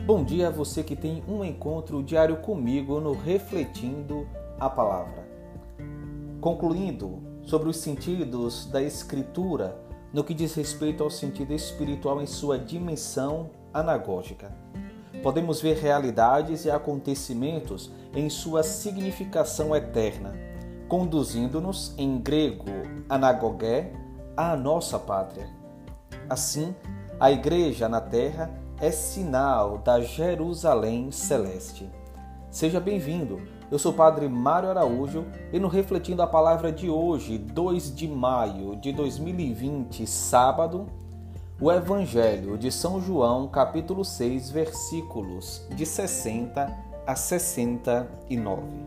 Bom dia a você que tem um encontro diário comigo no Refletindo a Palavra. Concluindo sobre os sentidos da Escritura no que diz respeito ao sentido espiritual em sua dimensão anagógica. Podemos ver realidades e acontecimentos em sua significação eterna, conduzindo-nos, em grego anagogé, à nossa pátria. Assim, a Igreja na Terra é sinal da Jerusalém Celeste. Seja bem-vindo, eu sou o Padre Mário Araújo e no Refletindo a Palavra de hoje, 2 de maio de 2020, sábado, o Evangelho de São João, capítulo 6, versículos de 60 a 69.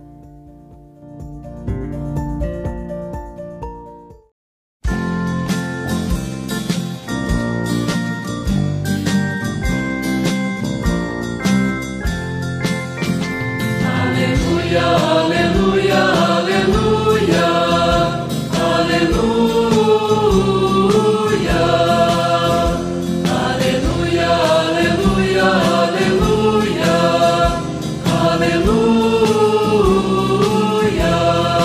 Aleluia, aleluia, aleluia, aleluia, aleluia, aleluia, aleluia.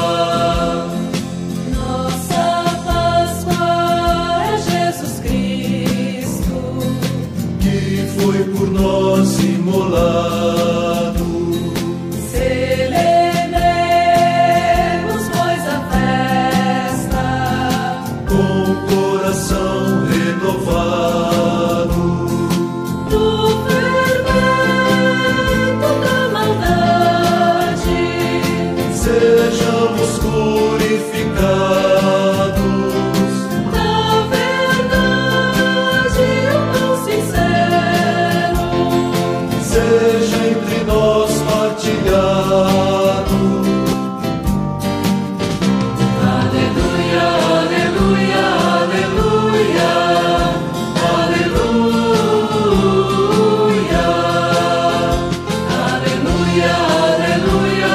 Nossa Páscoa é Jesus Cristo, que foi por nós imolado. Sejamos purificados da verdade, o pão sincero seja entre nós partilhado. Aleluia, aleluia, aleluia, aleluia, aleluia, aleluia.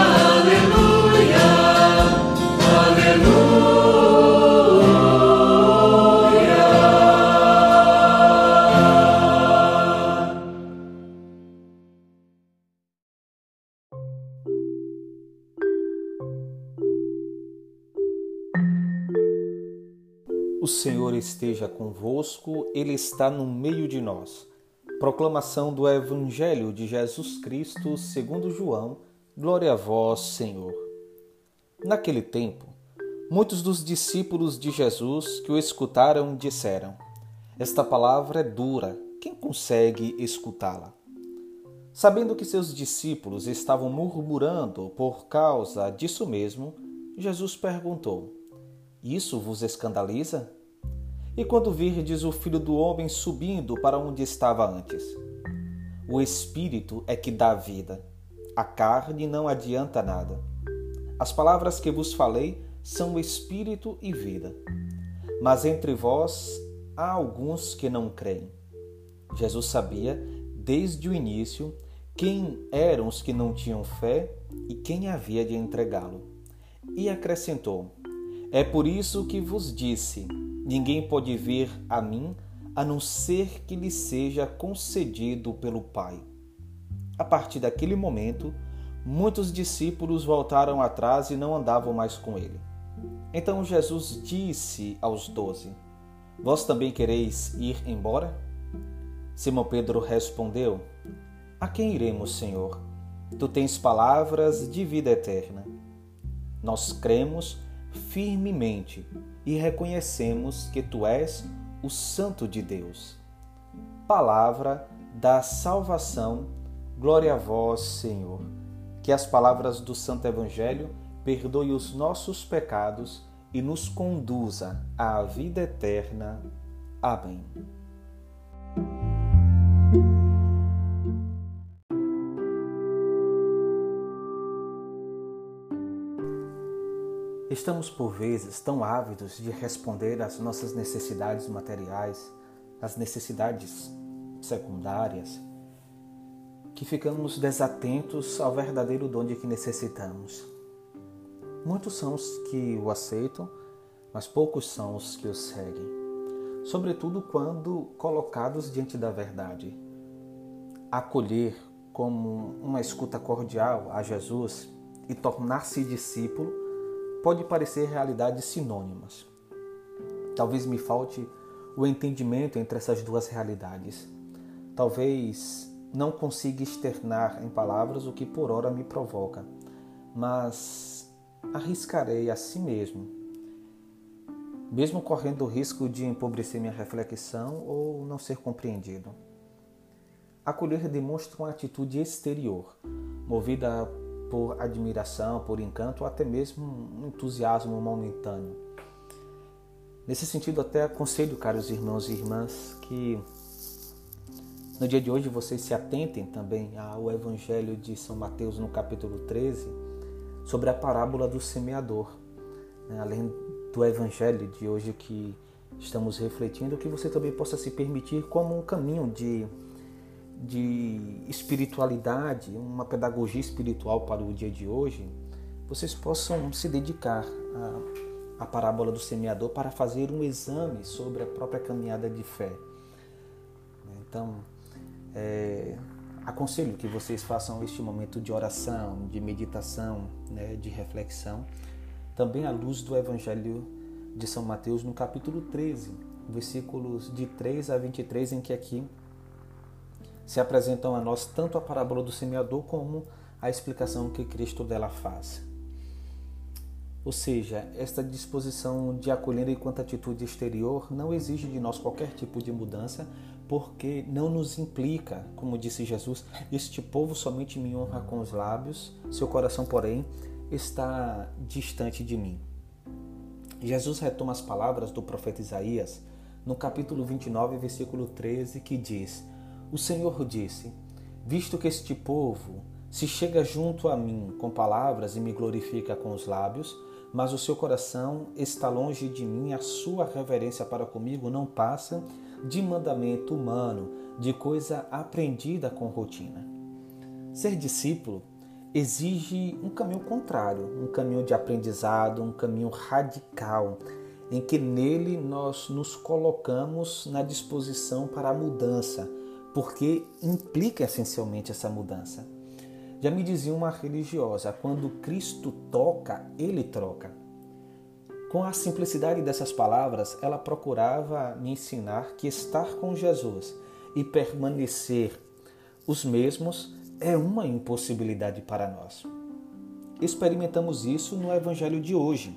O Senhor esteja convosco, Ele está no meio de nós. Proclamação do Evangelho de Jesus Cristo segundo João. Glória a vós, Senhor. Naquele tempo, muitos dos discípulos de Jesus que o escutaram disseram: esta palavra é dura, quem consegue escutá-la? Sabendo que seus discípulos estavam murmurando por causa disso mesmo, Jesus perguntou: isso vos escandaliza? E quando virdes o Filho do Homem subindo para onde estava antes? O Espírito é que dá vida, a carne não adianta nada. As palavras que vos falei são Espírito e vida. Mas entre vós há alguns que não creem. Jesus sabia, desde o início, quem eram os que não tinham fé e quem havia de entregá-lo. E acrescentou: é por isso que vos disse, ninguém pode vir a mim, a não ser que lhe seja concedido pelo Pai. A partir daquele momento, muitos discípulos voltaram atrás e não andavam mais com ele. Então Jesus disse aos 12, vós também quereis ir embora? Simão Pedro respondeu, a quem iremos, Senhor? Tu tens palavras de vida eterna. Nós cremos firmemente e reconhecemos que Tu és o Santo de Deus. Palavra da salvação, glória a vós, Senhor. Que as palavras do Santo Evangelho perdoe os nossos pecados e nos conduza à vida eterna. Amém. Estamos, por vezes, tão ávidos de responder às nossas necessidades materiais, às necessidades secundárias, que ficamos desatentos ao verdadeiro dom de que necessitamos. Muitos são os que o aceitam, mas poucos são os que o seguem, sobretudo quando colocados diante da verdade. acolher como uma escuta cordial a Jesus e tornar-se discípulo pode parecer realidades sinônimas. Talvez me falte o entendimento entre essas duas realidades. Talvez não consiga externar em palavras o que por ora me provoca, mas arriscarei a si mesmo correndo o risco de empobrecer minha reflexão ou não ser compreendido. Acolher demonstra uma atitude exterior, movida por admiração, por encanto ou até mesmo um entusiasmo momentâneo. Nesse sentido, até aconselho, caros irmãos e irmãs, que no dia de hoje vocês se atentem também ao Evangelho de São Mateus, no capítulo 13, sobre a parábola do semeador. Além do Evangelho de hoje que estamos refletindo, que você também possa se permitir como um caminho de espiritualidade, uma pedagogia espiritual para o dia de hoje, vocês possam se dedicar à parábola do semeador para fazer um exame sobre a própria caminhada de fé. Então, aconselho que vocês façam este momento de oração, de meditação, de reflexão, também à luz do Evangelho de São Mateus, no capítulo 13, versículos de 3 a 23, em que aqui se apresentam a nós tanto a parábola do semeador como a explicação que Cristo dela faz. Ou seja, esta disposição de acolher enquanto atitude exterior não exige de nós qualquer tipo de mudança, porque não nos implica, como disse Jesus, este povo somente me honra com os lábios, seu coração, porém, está distante de mim. Jesus retoma as palavras do profeta Isaías no capítulo 29, versículo 13, que diz: o Senhor disse, visto que este povo se chega junto a mim com palavras e me glorifica com os lábios, mas o seu coração está longe de mim, a sua reverência para comigo não passa de mandamento humano, de coisa aprendida com rotina. Ser discípulo exige um caminho contrário, um caminho de aprendizado, um caminho radical, em que nele nós nos colocamos na disposição para a mudança, porque implica essencialmente essa mudança. Já me dizia uma religiosa, quando Cristo toca, Ele troca. Com a simplicidade dessas palavras, ela procurava me ensinar que estar com Jesus e permanecer os mesmos é uma impossibilidade para nós. Experimentamos isso no Evangelho de hoje.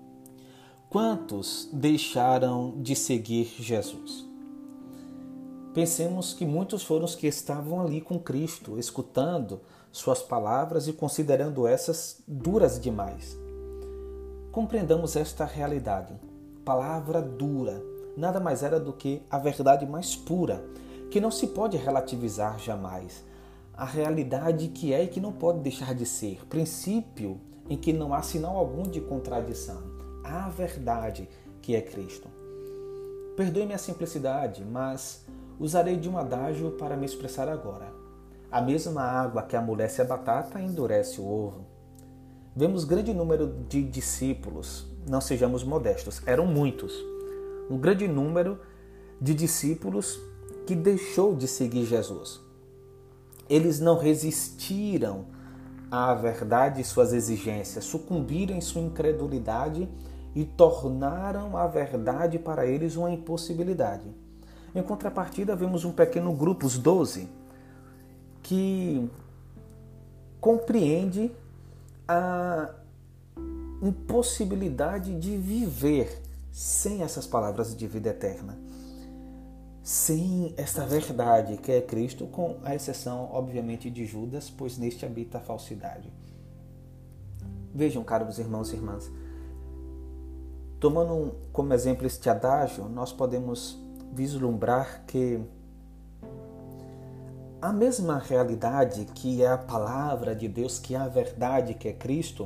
Quantos deixaram de seguir Jesus? Pensemos que muitos foram os que estavam ali com Cristo, escutando suas palavras e considerando essas duras demais. Compreendamos esta realidade. Palavra dura nada mais era do que a verdade mais pura, que não se pode relativizar jamais. A realidade que é e que não pode deixar de ser. Princípio em que não há sinal algum de contradição. A verdade que é Cristo. Perdoe-me a simplicidade, mas usarei de um adágio para me expressar agora. A mesma água que amolece a batata endurece o ovo. Vemos grande número de discípulos, não sejamos modestos, eram muitos. Um grande número de discípulos que deixou de seguir Jesus. Eles não resistiram à verdade e suas exigências, sucumbiram em sua incredulidade e tornaram a verdade para eles uma impossibilidade. Em contrapartida, vemos um pequeno grupo, os 12, que compreende a impossibilidade de viver sem essas palavras de vida eterna, sem esta verdade que é Cristo, com a exceção, obviamente, de Judas, pois neste habita a falsidade. Vejam, caros irmãos e irmãs, tomando como exemplo este adágio, nós podemos vislumbrar que a mesma realidade que é a palavra de Deus, que é a verdade, que é Cristo,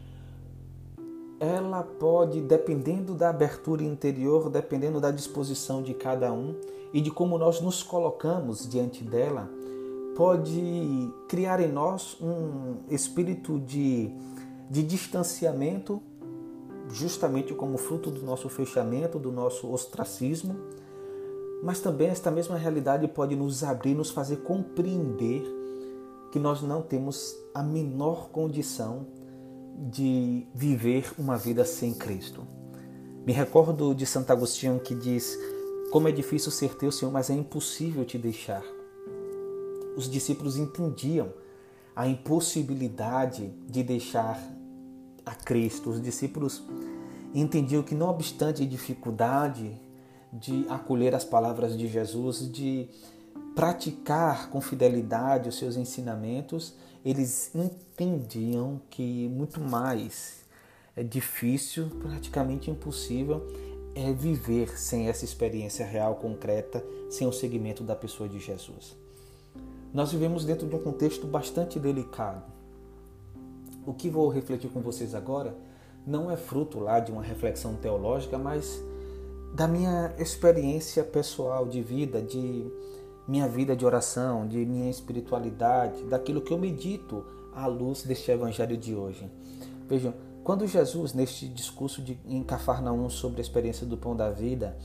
ela pode, dependendo da abertura interior, dependendo da disposição de cada um e de como nós nos colocamos diante dela, pode criar em nós um espírito de distanciamento, justamente como fruto do nosso fechamento, do nosso ostracismo, Mas também esta mesma realidade pode nos abrir, nos fazer compreender que nós não temos a menor condição de viver uma vida sem Cristo. Me recordo de Santo Agostinho que diz: como é difícil ser teu, Senhor, mas é impossível te deixar. Os discípulos entendiam a impossibilidade de deixar a Cristo. Os discípulos entendiam que, não obstante a dificuldade de acolher as palavras de Jesus, de praticar com fidelidade os seus ensinamentos, eles entendiam que muito mais difícil, praticamente impossível, é viver sem essa experiência real, concreta, sem o seguimento da pessoa de Jesus. Nós vivemos dentro de um contexto bastante delicado. O que vou refletir com vocês agora não é fruto lá de uma reflexão teológica, mas da minha experiência pessoal de vida, de minha vida de oração, de minha espiritualidade, daquilo que eu medito à luz deste evangelho de hoje. Vejam, quando Jesus, neste discurso em Cafarnaum sobre a experiência do pão da vida,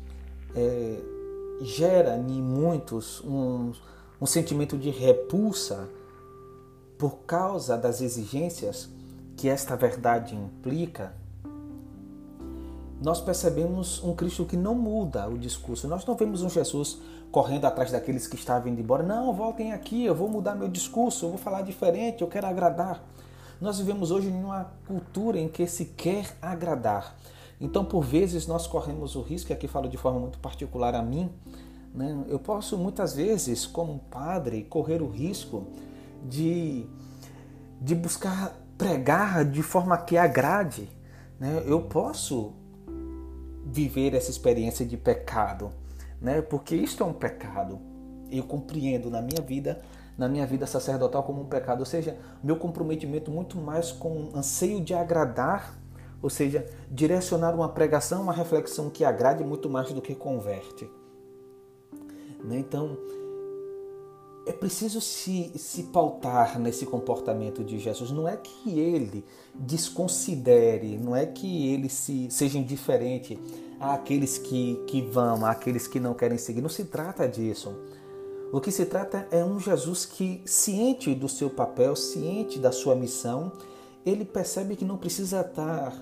gera em muitos um sentimento de repulsa por causa das exigências que esta verdade implica, nós percebemos um Cristo que não muda o discurso. Nós não vemos um Jesus correndo atrás daqueles que estavam indo embora. Não, voltem aqui, eu vou mudar meu discurso, eu vou falar diferente, eu quero agradar. Nós vivemos hoje em uma cultura em que se quer agradar. Então, por vezes, nós corremos o risco, e aqui falo de forma muito particular a mim, né? Eu posso muitas vezes, como padre, correr o risco de buscar pregar de forma que agrade, né? Eu posso viver essa experiência de pecado, né? Porque isto é um pecado. Eu compreendo na minha vida sacerdotal como um pecado, ou seja, meu comprometimento muito mais com anseio de agradar, ou seja, direcionar uma pregação, uma reflexão que agrade muito mais do que converte. Então, é preciso se pautar nesse comportamento de Jesus. Não é que ele desconsidere, não é que ele seja indiferente àqueles que vão, àqueles que não querem seguir. Não se trata disso. O que se trata é um Jesus que, ciente do seu papel, ciente da sua missão, ele percebe que não precisa estar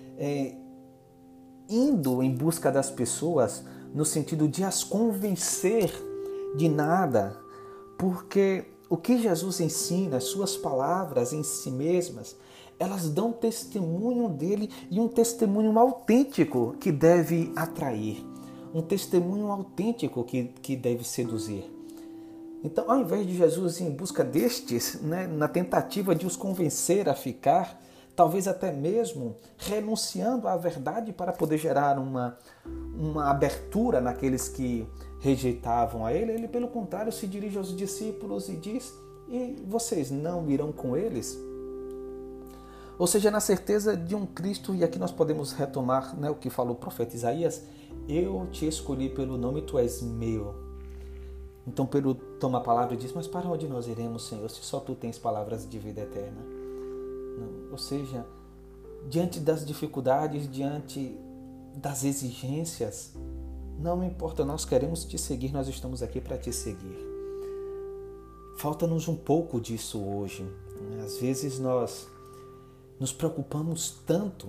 indo em busca das pessoas no sentido de as convencer de nada, porque o que Jesus ensina, as suas palavras em si mesmas, elas dão testemunho dele, e um testemunho autêntico que deve atrair, um testemunho autêntico que deve seduzir. Então, ao invés de Jesus ir em busca destes, né, na tentativa de os convencer a ficar, talvez até mesmo renunciando à verdade para poder gerar uma abertura naqueles que rejeitavam a ele, pelo contrário, se dirige aos discípulos e diz: e vocês não irão com eles? Ou seja, na certeza de um Cristo, e aqui nós podemos retomar, né, o que falou o profeta Isaías: eu te escolhi pelo nome, tu és meu. Então Pedro toma a palavra e diz: mas para onde nós iremos, Senhor, se só tu tens palavras de vida eterna? Não. Ou seja, diante das dificuldades, diante das exigências, não importa, nós queremos te seguir, nós estamos aqui para te seguir. Falta-nos um pouco disso hoje. Às vezes nós nos preocupamos tanto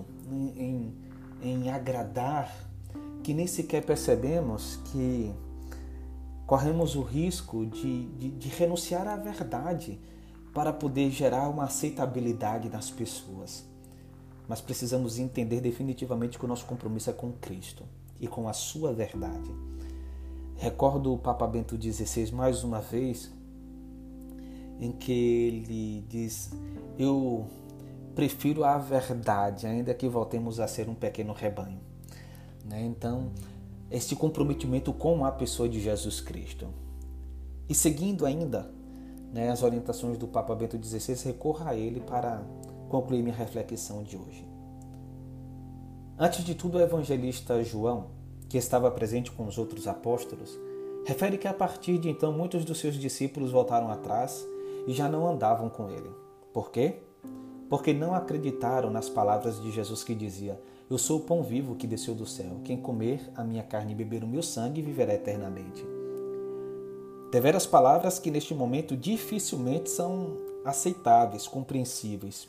em agradar que nem sequer percebemos que corremos o risco de renunciar à verdade para poder gerar uma aceitabilidade nas pessoas. Mas precisamos entender definitivamente que o nosso compromisso é com Cristo e com a sua verdade. Recordo o Papa Bento XVI mais uma vez, em que ele diz: eu prefiro a verdade, ainda que voltemos a ser um pequeno rebanho. Então, este comprometimento com a pessoa de Jesus Cristo. E seguindo ainda, as orientações do Papa Bento XVI, recorra a ele para concluir minha reflexão de hoje. Antes de tudo, o evangelista João, que estava presente com os outros apóstolos, refere que a partir de então muitos dos seus discípulos voltaram atrás e já não andavam com ele. Por quê? Porque não acreditaram nas palavras de Jesus que dizia: Eu sou o pão vivo que desceu do céu. Quem comer a minha carne e beber o meu sangue viverá eternamente. Deveras palavras que neste momento dificilmente são aceitáveis, compreensíveis.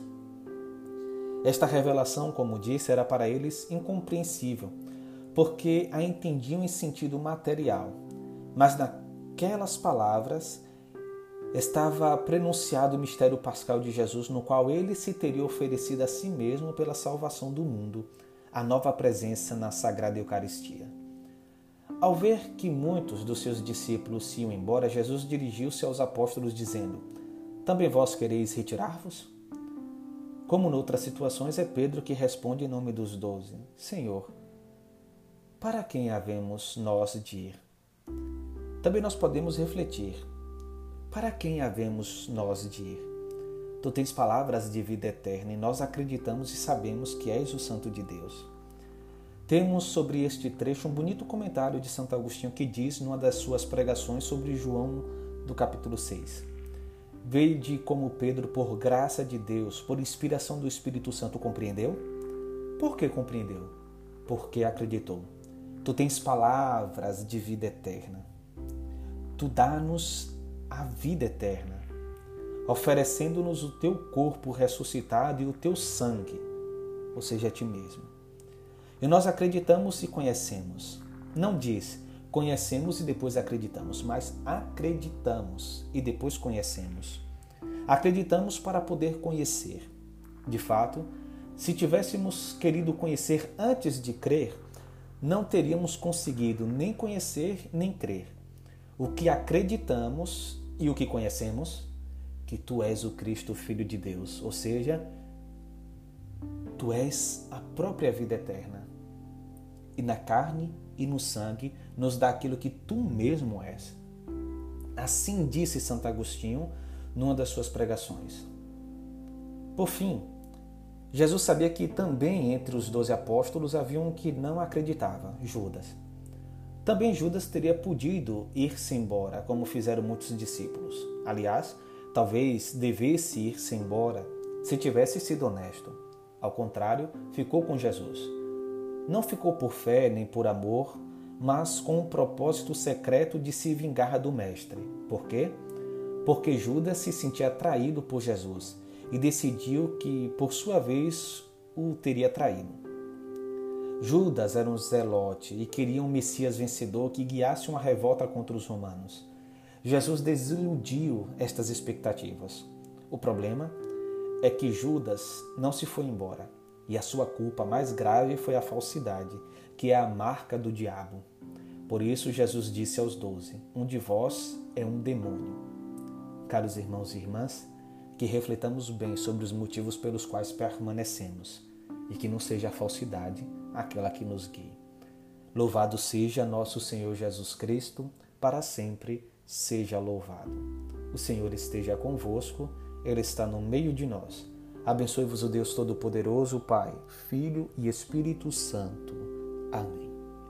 Esta revelação, como disse, era para eles incompreensível, porque a entendiam em sentido material. Mas naquelas palavras estava prenunciado o mistério pascal de Jesus, no qual ele se teria oferecido a si mesmo pela salvação do mundo, a nova presença na Sagrada Eucaristia. Ao ver que muitos dos seus discípulos se iam embora, Jesus dirigiu-se aos apóstolos dizendo: também vós quereis retirar-vos? Como noutras situações, é Pedro que responde em nome dos 12: Senhor, para quem havemos nós de ir? Também nós podemos refletir: para quem havemos nós de ir? Tu tens palavras de vida eterna e nós acreditamos e sabemos que és o Santo de Deus. Temos sobre este trecho um bonito comentário de Santo Agostinho que diz numa das suas pregações sobre João do capítulo 6. Vede como Pedro, por graça de Deus, por inspiração do Espírito Santo, compreendeu? Por que compreendeu? Porque acreditou. Tu tens palavras de vida eterna. Tu dá-nos a vida eterna, oferecendo-nos o teu corpo ressuscitado e o teu sangue, ou seja, a ti mesmo. E nós acreditamos e conhecemos. Não diz conhecemos e depois acreditamos, mas acreditamos e depois conhecemos. Acreditamos para poder conhecer. De fato, se tivéssemos querido conhecer antes de crer, não teríamos conseguido nem conhecer nem crer. O que acreditamos e o que conhecemos? Que tu és o Cristo, Filho de Deus, ou seja, tu és a própria vida eterna. E na carne e no sangue nos dá aquilo que tu mesmo és. Assim disse Santo Agostinho numa das suas pregações. Por fim, Jesus sabia que também entre os 12 apóstolos havia um que não acreditava, Judas. Também Judas teria podido ir-se embora, como fizeram muitos discípulos. Aliás, talvez devesse ir-se embora se tivesse sido honesto. Ao contrário, ficou com Jesus. Não ficou por fé nem por amor, mas com o propósito secreto de se vingar do Mestre. Por quê? Porque Judas se sentia atraído por Jesus e decidiu que, por sua vez, o teria traído. Judas era um zelote e queria um Messias vencedor que guiasse uma revolta contra os romanos. Jesus desiludiu estas expectativas. O problema é que Judas não se foi embora. E a sua culpa mais grave foi a falsidade, que é a marca do diabo. Por isso Jesus disse aos 12, um de vós é um demônio. Caros irmãos e irmãs, que refletamos bem sobre os motivos pelos quais permanecemos e que não seja a falsidade aquela que nos guie. Louvado seja nosso Senhor Jesus Cristo, para sempre seja louvado. O Senhor esteja convosco, Ele está no meio de nós. Abençoe-vos o Deus Todo-Poderoso, Pai, Filho e Espírito Santo. Amém.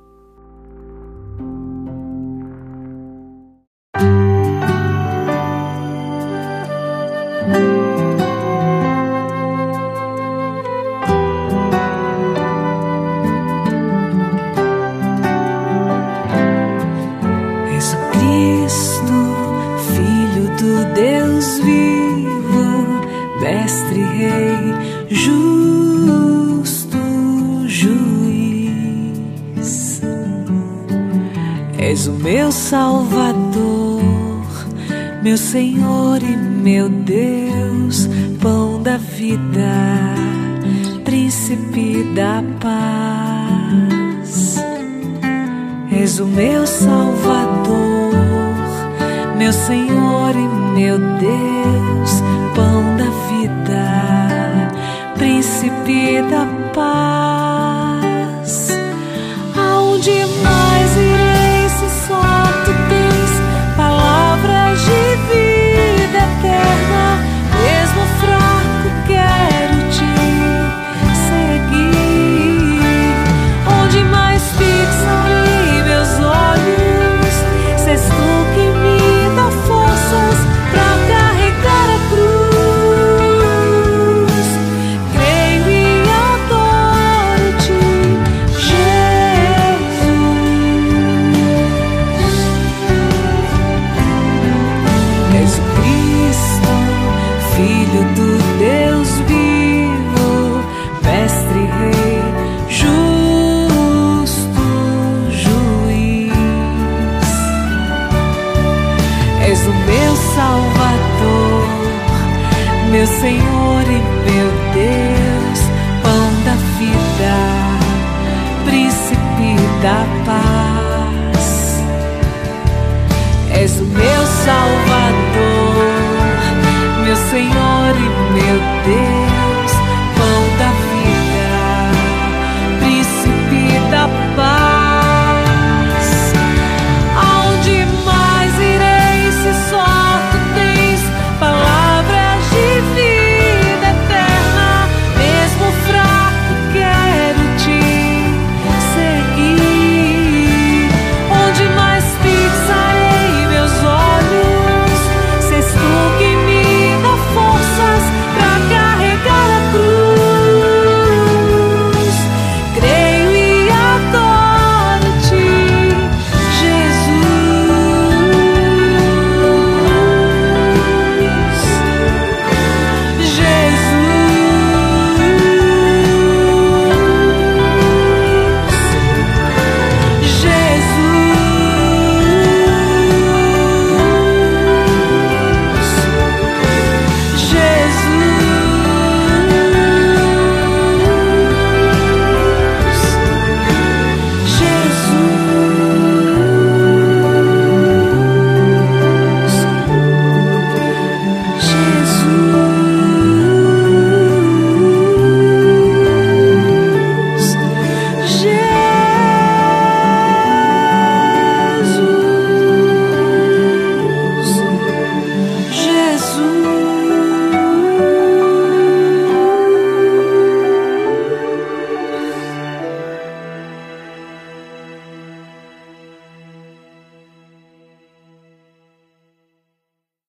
És o Cristo, Filho do Deus vivo, Mestre, Rei, justo juiz. És o meu Salvador, meu Senhor e meu Deus, pão da vida, príncipe da paz. És o meu Salvador, meu Senhor e meu Deus, pão da vida, príncipe da paz. Aonde mais irei se só tu tens palavras de vida eterna? Mesmo fraco quero te seguir. Onde mais fixarei meus olhos? Se és tu que me dá forças pra carregar a cruz. Creio e adoro Salvador, meu Senhor e meu Deus, pão da vida, príncipe da paz. És o meu Salvador, meu Senhor e meu Deus.